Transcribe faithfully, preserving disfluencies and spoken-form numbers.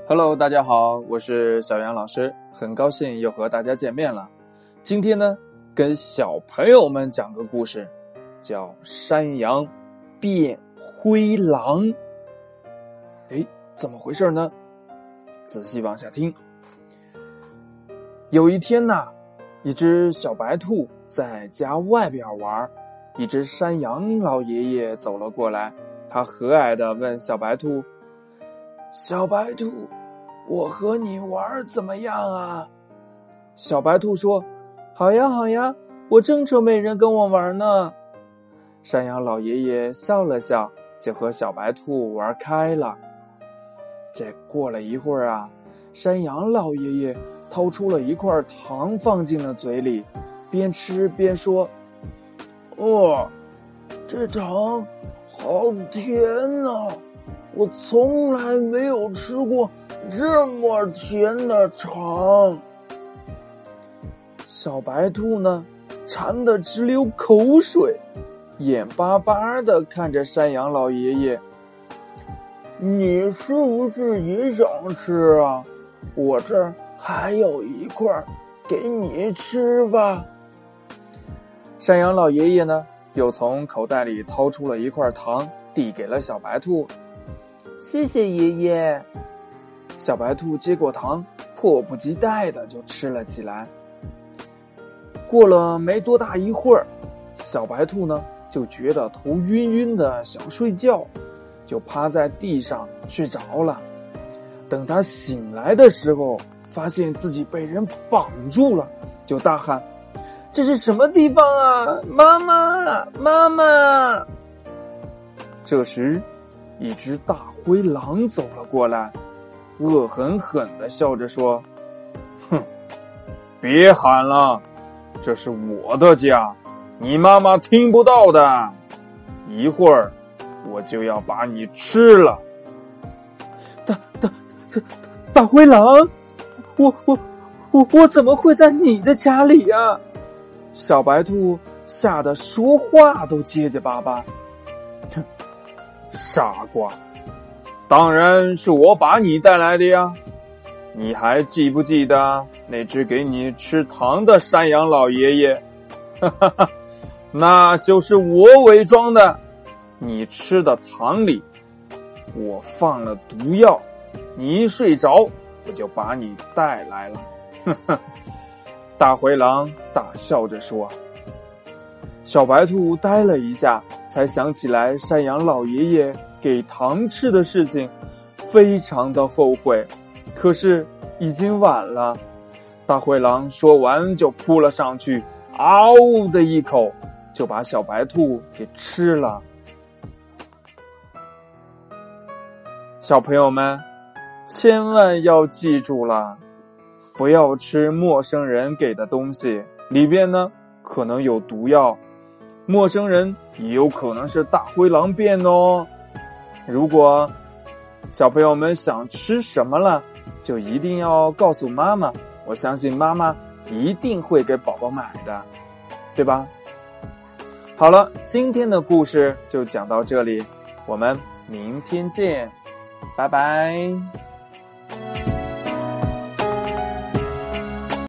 Hello， 大家好，我是小杨老师，很高兴又和大家见面了。今天呢，跟小朋友们讲个故事，叫《山羊变灰狼》。诶，怎么回事呢？仔细往下听。有一天呐，一只小白兔在家外边玩，一只山羊老爷爷走了过来，他和蔼地问小白兔：小白兔，我和你玩怎么样啊？小白兔说：好呀好呀，我正愁没人跟我玩呢。山羊老爷爷笑了笑，就和小白兔玩开了。这过了一会儿啊，山羊老爷爷掏出了一块糖放进了嘴里，边吃边说：哦，这糖好甜啊，我从来没有吃过这么甜的糖。小白兔呢，馋得直流口水，眼巴巴地看着山羊老爷爷。你是不是也想吃啊？我这儿还有一块，给你吃吧。山羊老爷爷呢，又从口袋里掏出了一块糖，递给了小白兔。谢谢爷爷。小白兔接过糖，迫不及待的就吃了起来。过了没多大一会儿，小白兔呢就觉得头晕晕的，想睡觉，就趴在地上睡着了。等他醒来的时候，发现自己被人绑住了，就大喊：这是什么地方啊？妈妈，妈妈！这时一只大灰狼走了过来，恶狠狠地笑着说：哼，别喊了，这是我的家，你妈妈听不到的，一会儿我就要把你吃了。大大大大灰狼，我我我我怎么会在你的家里呀？小白兔吓得说话都结结巴巴。哼，傻瓜，当然是我把你带来的呀。你还记不记得那只给你吃糖的山羊老爷爷？哈哈哈，那就是我伪装的。你吃的糖里，我放了毒药，你一睡着，我就把你带来了。呵呵，大灰狼大笑着说。小白兔呆了一下，才想起来山羊老爷爷给糖吃的事情，非常的后悔。可是已经晚了，大灰狼说完就扑了上去，嗷的一口就把小白兔给吃了。小朋友们，千万要记住了，不要吃陌生人给的东西，里边呢可能有毒药，陌生人也有可能是大灰狼变的哦。如果小朋友们想吃什么了，就一定要告诉妈妈，我相信妈妈一定会给宝宝买的，对吧？好了，今天的故事就讲到这里，我们明天见，拜拜。